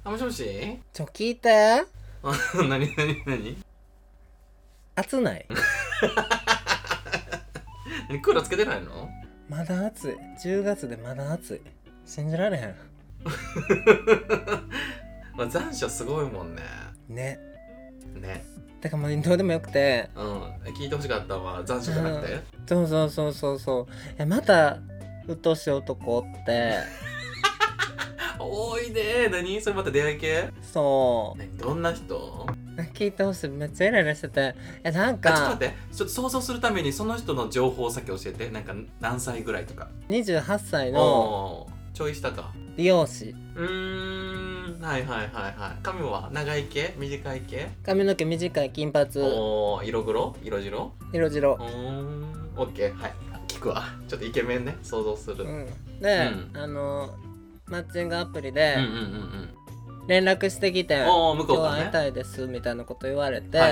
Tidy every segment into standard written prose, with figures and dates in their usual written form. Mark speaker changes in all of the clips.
Speaker 1: あ、もしもし
Speaker 2: 聞いて。
Speaker 1: 何
Speaker 2: 暑ない？
Speaker 1: クーラーつけてないの？
Speaker 2: まだ暑い。10月でまだ暑い。信じられへん。
Speaker 1: まあ、残暑すごいもんね。
Speaker 2: ね。
Speaker 1: ね。
Speaker 2: だからもうどうでもよくて。
Speaker 1: 聞いてほしかったのは残暑じゃなくて、
Speaker 2: そう。また鬱陶しい男って
Speaker 1: 多いね。何それまた出会い系？
Speaker 2: そう
Speaker 1: どんな人？
Speaker 2: 聞いてほしい。めっちゃイライラしてて。なん
Speaker 1: ちょっと
Speaker 2: か
Speaker 1: 待って、ちょっと想像するためにその人の情報を先教えて。なんか何歳ぐらいとか。
Speaker 2: 28歳の
Speaker 1: ちょい下か。
Speaker 2: 美容師。
Speaker 1: はい。髪は長い系短い系？
Speaker 2: 髪の毛短い金髪。
Speaker 1: 色黒色白？
Speaker 2: 色白。
Speaker 1: オッケー。はい、聞くわ。ちょっとイケメンね、想像する。
Speaker 2: で、マッチングアプリで連絡してきて、
Speaker 1: 向こうからね、
Speaker 2: 今日会いたいですみたいなこと言われて、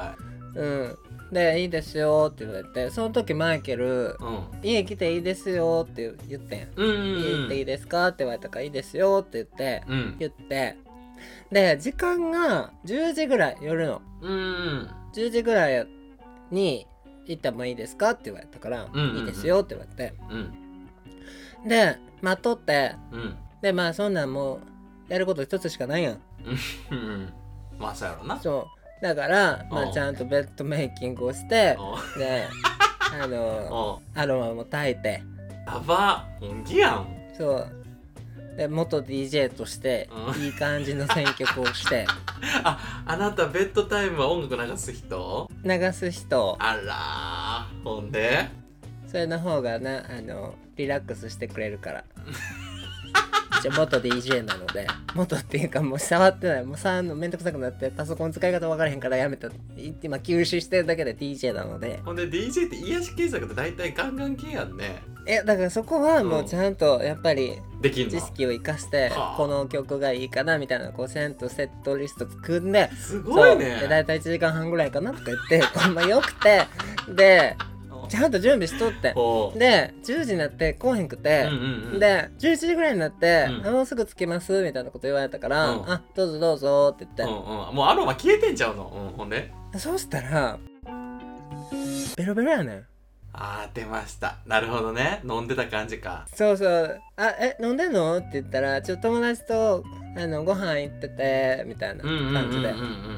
Speaker 2: でいいですよって言われて、その時マイケル、家来ていいですよって言ってん。家行っていいですかって言われたから、いいですよって言って、で時間が10時ぐらい、夜の10時ぐらいに行ってもいいですかって言われたから、いいですよって言われて、で待っとって、でまあそんなんもうやること一つしかないやん。
Speaker 1: まあそうやろな。
Speaker 2: そうだから、まあ、ちゃんとベッドメイキングをして、でアロマも焚いて、
Speaker 1: やば本気やん。
Speaker 2: そうで元 DJ としていい感じの選曲をして
Speaker 1: あなたベッドタイムは音楽流す人？あらー、ほんで
Speaker 2: それの方がな、リラックスしてくれるから一応元 DJ なので、元っていうかもう触ってない、もう触るのめんどくさくなってパソコン使い方分からへんからやめた。今休止してるだけで DJ なので。
Speaker 1: ほんで DJ って癒し検索って大体ガンガン系やんね。
Speaker 2: だからそこはもうちゃんとやっぱり
Speaker 1: できんの
Speaker 2: 知識を生かして、この曲がいいかなみたいな、こうセットリスト作んで、
Speaker 1: すごいね。
Speaker 2: で大体1時間半ぐらいかなとか言ってこんなよくて、でちゃんと準備しとって、で10時になって来へんくて、で11時ぐらいになって、もうすぐ着きますみたいなこと言われたから、あどうぞって言って、
Speaker 1: もうアロマ消えてんちゃうの。ほんで
Speaker 2: そうしたらベロベロやねん。
Speaker 1: 出ました。なるほどね、飲んでた感じか。
Speaker 2: そう飲んでんのって言ったら、ちょっと友達とご飯行っててみたいな感じで、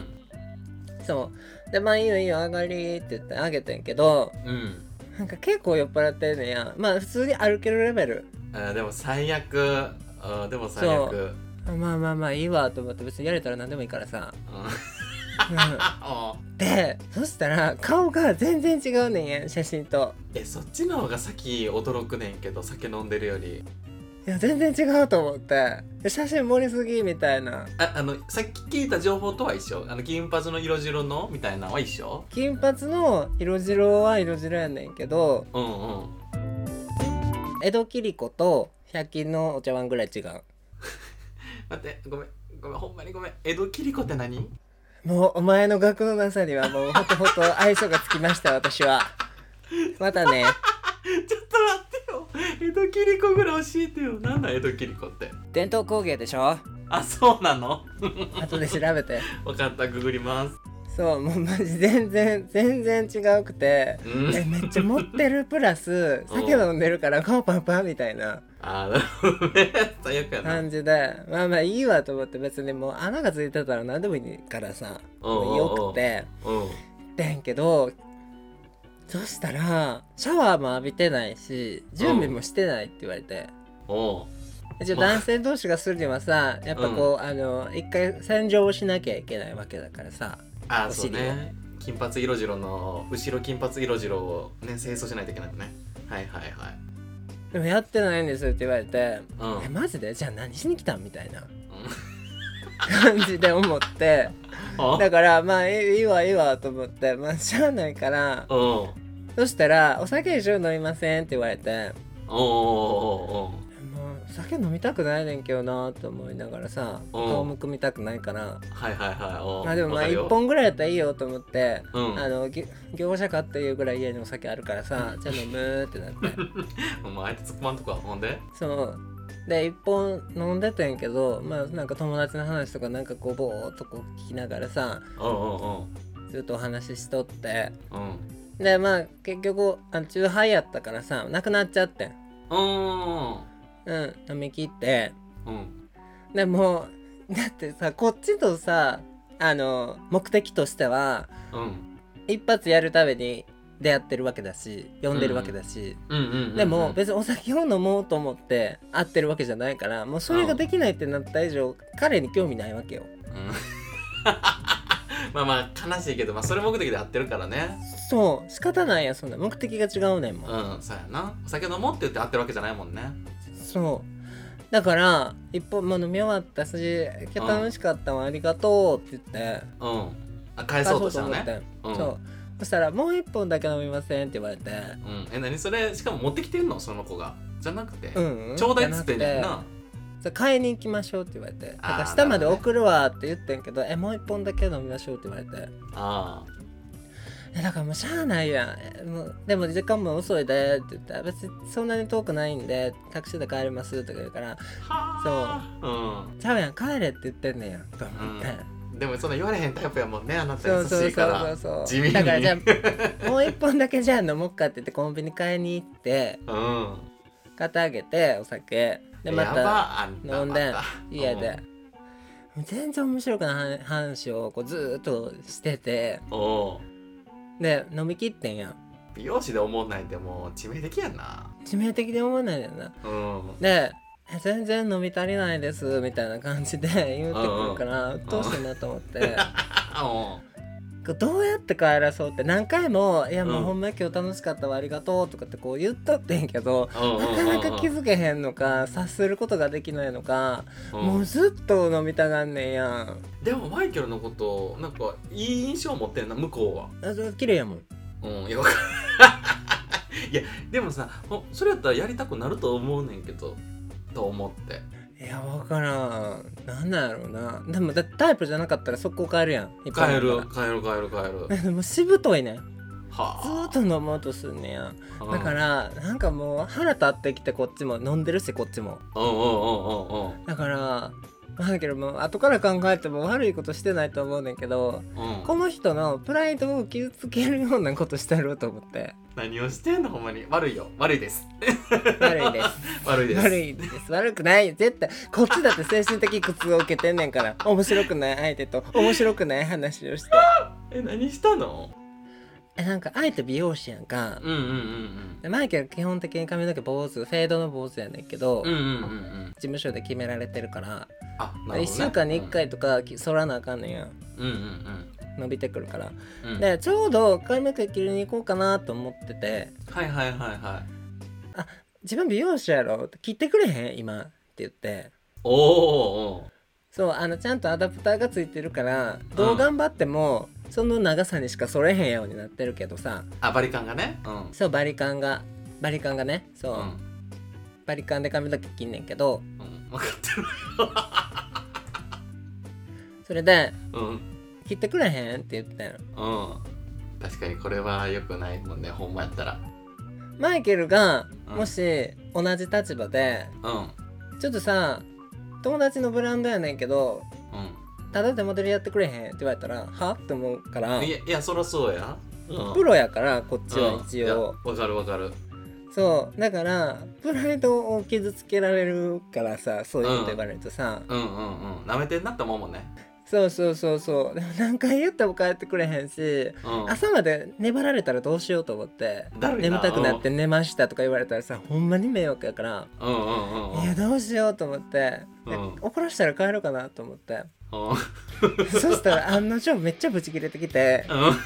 Speaker 2: そうでまあいいよ上がりって言ってあげてんけど、なんか結構酔っ払ってんねや。まあ普通に歩けるレベル。
Speaker 1: でも最悪。
Speaker 2: まあいいわと思って、別にやれたら何でもいいからさ、でそしたら顔が全然違うねんや、写真と。
Speaker 1: そっちの方が先驚くねんけど、酒飲んでるより。
Speaker 2: いや全然違うと思って、写真盛りすぎみたいな。
Speaker 1: さっき聞いた情報とは一緒？金髪の色白のみたいなのは一緒？
Speaker 2: 金髪の色白は色白やねんけど、江戸切子と100均のお茶碗ぐらい違う。
Speaker 1: 待ってごめんほんまにごめん。江戸切子って何？
Speaker 2: もうお前の額のなさにはもうほと愛想がつきました私は。またね。
Speaker 1: ちょっと待ってよ、江戸切子ぐらい教えてよ。なんだ江戸切子って。
Speaker 2: 伝統工芸でしょ。
Speaker 1: そうなの？
Speaker 2: 後で調べて。
Speaker 1: 分かった、ググります。
Speaker 2: そうもうマジ全然違うくて、めっちゃ持ってるプラス酒飲んでるから顔パンパンみたいな
Speaker 1: 最悪やな
Speaker 2: 感じで、まあいいわと思って、別にもう穴がついてたら何でもいいからさ、もうよくてでんけど、そしたらシャワーも浴びてないし準備もしてないって言われて、男性同士がするにはさ、やっぱこう、一回洗浄をしなきゃいけないわけだからさ。
Speaker 1: そうね、金髪色白の後ろ金髪色白をね清掃しないといけないね。はい
Speaker 2: でもやってないんですって言われて、マジでじゃあ何しに来たんみたいな感じで思って、だからまあいいわと思って、まあしゃあないから、そしたらお酒一緒に飲みませんって言われて、もう酒飲みたくないねんけどなと思いながらさ、顔むくみたくないから、まあでもまあ1本ぐらいやったらいいよと思って、業者かっていうぐらい家にお酒あるからさ、じゃあ飲むってなって
Speaker 1: お前あえて突っ込まんとこは。ほんで
Speaker 2: そうで一本飲んでてんけど、まあなんか友達の話とかなんかこうぼーっとこう聞きながらさ、ずっとお話ししとって、でまあ結局チューハイやったからさなくなっちゃってん。飲み切って、でもだってさこっちとさ目的としては、一発やるために出会ってるわけだし呼んでるわけだし、でも別にお酒を飲もうと思って会ってるわけじゃないから、もうそれができないってなった以上、彼に興味ないわけよ。
Speaker 1: まあまあ悲しいけど、まあそれ目的で会ってるからね。
Speaker 2: そう仕方ないや、そんな目的が違うねんも
Speaker 1: ん。そうやな、お酒飲もうって言って会ってるわけじゃないもんね。
Speaker 2: そうだから一本も飲み終わったし、今日楽しかったわ、ありがとうって言って、
Speaker 1: 返そうとしたのね。
Speaker 2: そうそしたらもう一本だけ飲みませんって言われて、
Speaker 1: 何それ、しかも持ってきてんのその子がじゃなくて、ちょうだいっつってんねんな。
Speaker 2: 買いに行きましょうって言われて、だから下まで送るわって言ってんけど、もう一本だけ飲みましょうって言われて、だからもうしゃあないやん、もうでも時間も遅いでって言ったら、別にそんなに遠くないんでタクシーで帰りますとか言うから、ちゃうやん帰れって言ってんねんやんと思って、
Speaker 1: でもそんな言われへんタイプやもんね、あなた優しいから地味に。
Speaker 2: だからじゃあもう一本だけじゃあ飲もうかって言ってコンビニ買いに行って、買ってあげてお酒でまた飲んで家で、全然面白くない話をこうずっとしてて、で飲み切ってんやん。
Speaker 1: 美容師で思わないでも致命的やんな。
Speaker 2: 致命的で思わないんだよな。で全然飲み足りないですみたいな感じで言ってくるから、どうしてんだと思ってどうやって帰らそうって何回も、いやもうほんま今日楽しかったわありがとうとかってこう言っとってんけど、なかなか気づけへんのか察することができないのか、もうずっと飲みたがんねんやん。
Speaker 1: でもマイケルのことなんかいい印象持ってんな、向こう
Speaker 2: は。綺麗やもん。
Speaker 1: いやいやでもさ、それやったらやりたくなると思うねんけどと思って。
Speaker 2: いや分からん、なんなんやろうな。でもだってタイプじゃなかったら速攻帰るやん。
Speaker 1: 帰る
Speaker 2: でもしぶといねん、ず
Speaker 1: ー
Speaker 2: っと飲もうとすんねや。だからなんかもう腹立ってきて、こっちも飲んでるしこっちも。だからだけどもう後から考えても悪いことしてないと思うねんけど、この人のプライドを傷つけるようなことしてると思って。
Speaker 1: 何をしてんのほんまに。悪いよ、悪いです
Speaker 2: 悪くない。絶対こっちだって精神的苦痛を受けてんねんから。面白くない相手と面白くない話をして
Speaker 1: 何したの。
Speaker 2: なんか相手美容師やんか。マイケル基本的に髪の毛坊主、フェードの坊主やねんけど、事務所で決められてるから、1週間に1回とか剃らなあかんねんや。伸びてくるから、でちょうど髪の毛切りに行こうかなと思ってて、自分美容師やろって切ってくれへん今って言って、そうちゃんとアダプターがついてるから、どう頑張ってもその長さにしか剃れへんようになってるけどさ。
Speaker 1: バリカンがね。
Speaker 2: そうバリカンがね、そう、バリカンで髪の毛切んねんけど、
Speaker 1: 分かってる
Speaker 2: それで、切ってくれへんって言ってん。
Speaker 1: 確かにこれは良くないもんね、ほんまやったら。
Speaker 2: マイケルがもし同じ立場で、ちょっとさ友達のブランドやねんけど、ただでモデルやってくれへんって言われたらはって思うから。
Speaker 1: いやそりゃそうや、
Speaker 2: プロやからこっちは一応。
Speaker 1: わかる。
Speaker 2: そうだからプライドを傷つけられるからさ、そういうこと言われるとさ、
Speaker 1: なめてんなって思うもんね。
Speaker 2: そうでも何回言っても帰ってくれへんし、朝まで粘られたらどうしようと思って、眠たくなって寝ましたとか言われたらさ、ほんまに迷惑やから、いやどうしようと思って、怒らしたら帰ろうかなと思って、そしたら案の定めっちゃブチ切れてきて、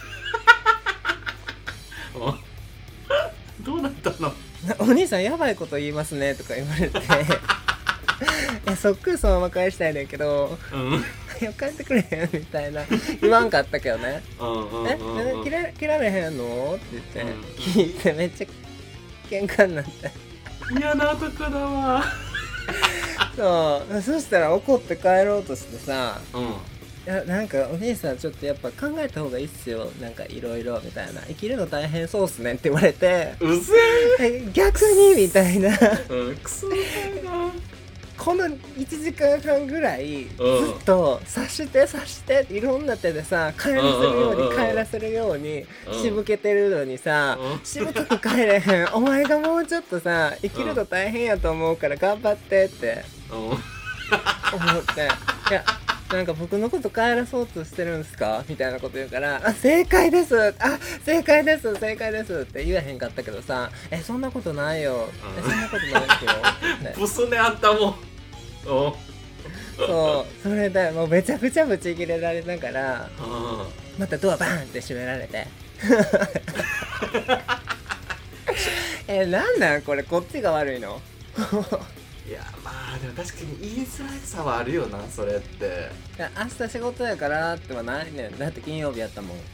Speaker 1: どうなったの。
Speaker 2: お兄さんやばいこと言いますねとか言われていやそっくりそのまま返したいねんけど、いや帰ってくれへんみたいな言わんかったけどね。切られへんのって言って、聞いてめっちゃ喧嘩になって、
Speaker 1: 嫌な男だわ
Speaker 2: そしたら怒って帰ろうとしてさ、いやなんかお兄さんちょっとやっぱ考えた方がいいっすよ、なんかいろいろみたいな、生きるの大変そうっすねって言われて、
Speaker 1: うせえ
Speaker 2: 逆にみたいな
Speaker 1: クソみたいな。
Speaker 2: この1時間半ぐらいずっと刺していろんな手でさ帰らせるようにしぶけてるのにさ、しぶとく帰れへんお前がもうちょっとさ生きると大変やと思うから頑張ってって思って、いやなんか僕のこと帰らそうとしてるんですかみたいなこと言うから、正解ですって言えへんかったけどさ、そんなことないよ、そんなことないですよ
Speaker 1: ブスねあんたも
Speaker 2: そう、それでもうめちゃくちゃブチ切れられながらまたドアバーンって閉められてなんなんこれ、こっちが悪いの
Speaker 1: いやまあでも確かに言いづらさはあるよなそれって。
Speaker 2: いや明日仕事やからってはないねん、だって金曜日やったもん。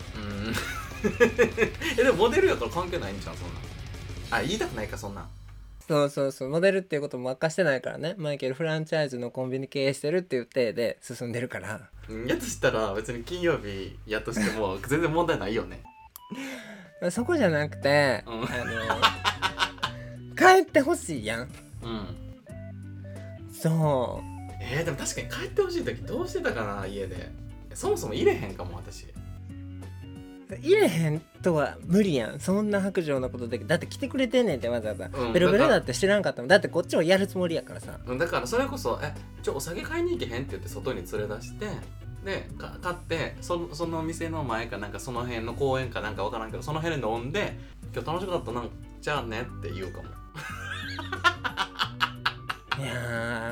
Speaker 1: でもモデルやから関係ないんじゃんそんな。言いたくないかそんな。
Speaker 2: そうモデルっていうことも明かしてないからね。マイケルフランチャイズのコンビニ経営してるっていう体で進んでるから。
Speaker 1: やとしたら別に金曜日やとしても全然問題ないよね。
Speaker 2: そこじゃなくて、帰ってほしいやん。そう。
Speaker 1: でも確かに帰ってほしい時どうしてたかな家で。そもそも入れへんかも私。
Speaker 2: 入れへんとは無理やん、そんな白状なことで。だって来てくれてんねんってわざわざ、ベロベロだって知らんかったもん。だってこっちもやるつもりやからさ。
Speaker 1: だからそれこそお酒買いに行けへんって言って外に連れ出してで買ってその店の前かなんかその辺の公園かなんか分からんけどその辺で飲んで今日楽しかったなんじゃあねって言うかも。
Speaker 2: いや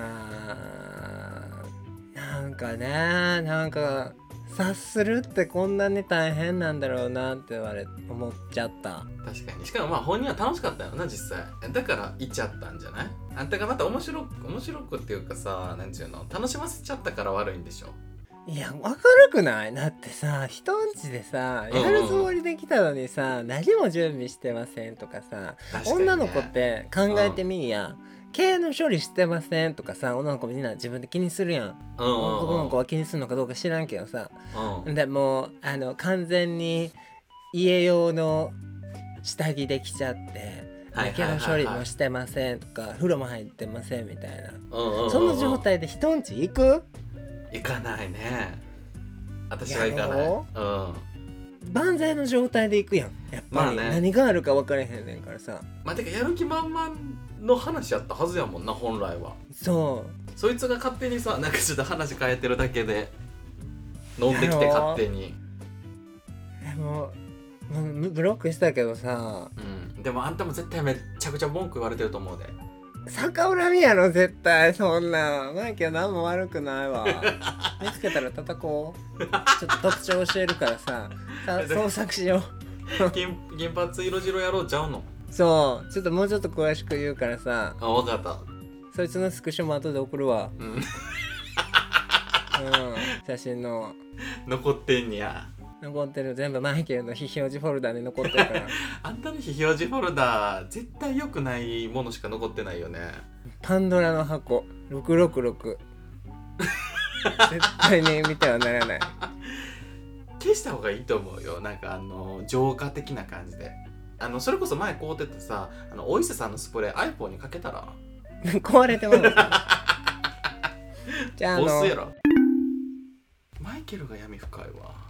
Speaker 2: なんかね、なんか察するってこんなに大変なんだろうなって思っちゃった。
Speaker 1: 確かに。しかもまあ本人は楽しかったよな実際。だから行っちゃったんじゃない？あんたがまた面白くっていうかさ、なんちゅうの、楽しませちゃったから悪いんでしょ。
Speaker 2: いや明るくない？だってさ人んちでさやるつもりできたのにさ、何も準備してませんとかさ、女の子って考えてみいや、経の処理してませんとかさ、女の子みんな自分で気にするやん。男の子は気にするのかどうか知らんけどさ、でも完全に家用の下着できちゃって毛の処理もしてませんとか、風呂も入ってませんみたいな、その状態で人んち行く？
Speaker 1: 行かないね。私は行かない。
Speaker 2: 万全の状態で行くやんやっぱり、何があるか分からへんねんからさ。
Speaker 1: てかやる気満々の話やったはずやもんな本来は。そいつが勝手にさなんかちょっと話変えてるだけで飲んできて勝手に。
Speaker 2: もうブロックしたけどさ、
Speaker 1: でもあんたも絶対めっちゃくちゃ文句言われてると思うで。
Speaker 2: 逆恨みやろ絶対。そんなマイケル何も悪くないわ。見つけたら叩こう。ちょっと特徴教えるからさ捜索しよう。
Speaker 1: 銀髪色白やろうちゃうの？
Speaker 2: そうちょっともうちょっと詳しく言うからさ。
Speaker 1: 分かった。
Speaker 2: そいつのスクショも後で送るわ。写真の
Speaker 1: 残ってんや。
Speaker 2: 残ってる。全部マイケルの非表示フォルダに残ってるから
Speaker 1: あんたの非表示フォルダ絶対良くないものしか残ってないよね。
Speaker 2: パンドラの箱666 絶対に見てはならない。
Speaker 1: 消した方がいいと思うよ。なんか浄化的な感じで。それこそ前買うてたさお伊勢さんのスプレー iPhone にかけたら
Speaker 2: 壊れてますじゃあ
Speaker 1: ボスやろ。マイケルが闇深いわ。